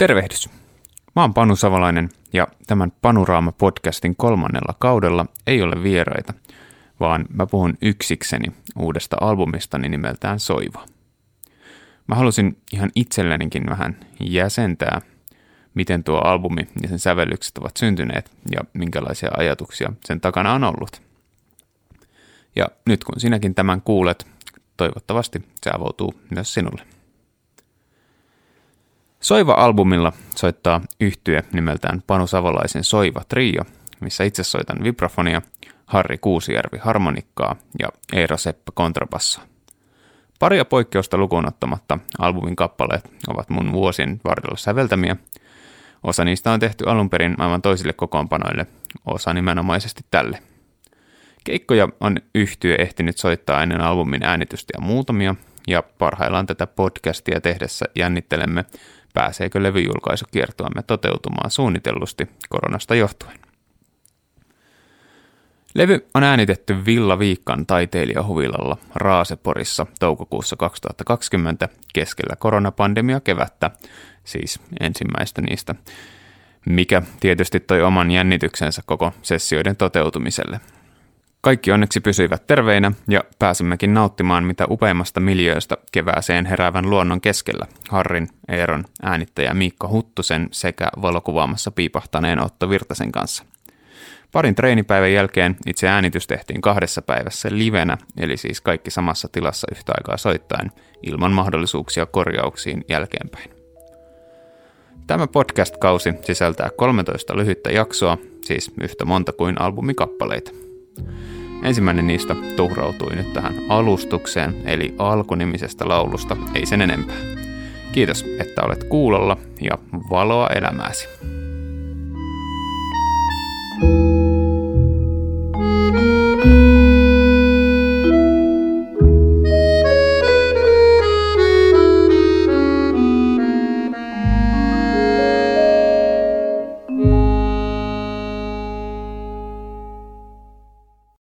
Tervehdys! Mä oon Panu Savolainen ja tämän Panuraama-podcastin 3. kaudella ei ole vieraita, vaan mä puhun yksikseni uudesta albumistani nimeltään Soiva. Mä halusin ihan itsellenikin vähän jäsentää, miten tuo albumi ja sen sävellykset ovat syntyneet ja minkälaisia ajatuksia sen takana on ollut. Ja nyt kun sinäkin tämän kuulet, toivottavasti se avautuu myös sinulle. Soiva-albumilla soittaa yhtye nimeltään Panu Savolaisen Soiva Trio, missä itse soitan vibrafonia, Harri Kuusijärvi harmonikkaa ja Eero Seppä kontrabassoa. Paria poikkeusta lukuun ottamatta albumin kappaleet ovat mun vuosien varrella säveltämiä. Osa niistä on tehty alun perin aivan toisille kokoonpanoille, osa nimenomaisesti tälle. Keikkoja on yhtye ehtinyt soittaa ennen albumin äänitystä ja muutamia, ja parhaillaan tätä podcastia tehdessä jännittelemme, pääseekö levyjulkaisukiertueemme toteutumaan suunnitellusti koronasta johtuen. Levy on äänitetty Villa Viikkan taiteilijahuvilalla Raaseporissa toukokuussa 2020 keskellä koronapandemia kevättä, siis ensimmäistä niistä, mikä tietysti toi oman jännityksensä koko sessioiden toteutumiselle. Kaikki onneksi pysyivät terveinä ja pääsimmekin nauttimaan mitä upeimmasta miljööstä kevääseen heräävän luonnon keskellä Harrin, Eeron, äänittäjä Miikka Huttusen sekä valokuvaamassa piipahtaneen Otto Virtasen kanssa. Parin treenipäivän jälkeen itse äänitys tehtiin 2 päivässä livenä, eli siis kaikki samassa tilassa yhtä aikaa soittaen, ilman mahdollisuuksia korjauksiin jälkeenpäin. Tämä podcast-kausi sisältää 13 lyhyttä jaksoa, siis yhtä monta kuin albumikappaleita. Ensimmäinen niistä tuhrautui nyt tähän alustukseen, eli alkunimisestä laulusta, ei sen enempää. Kiitos, että olet kuulolla ja valoa elämääsi.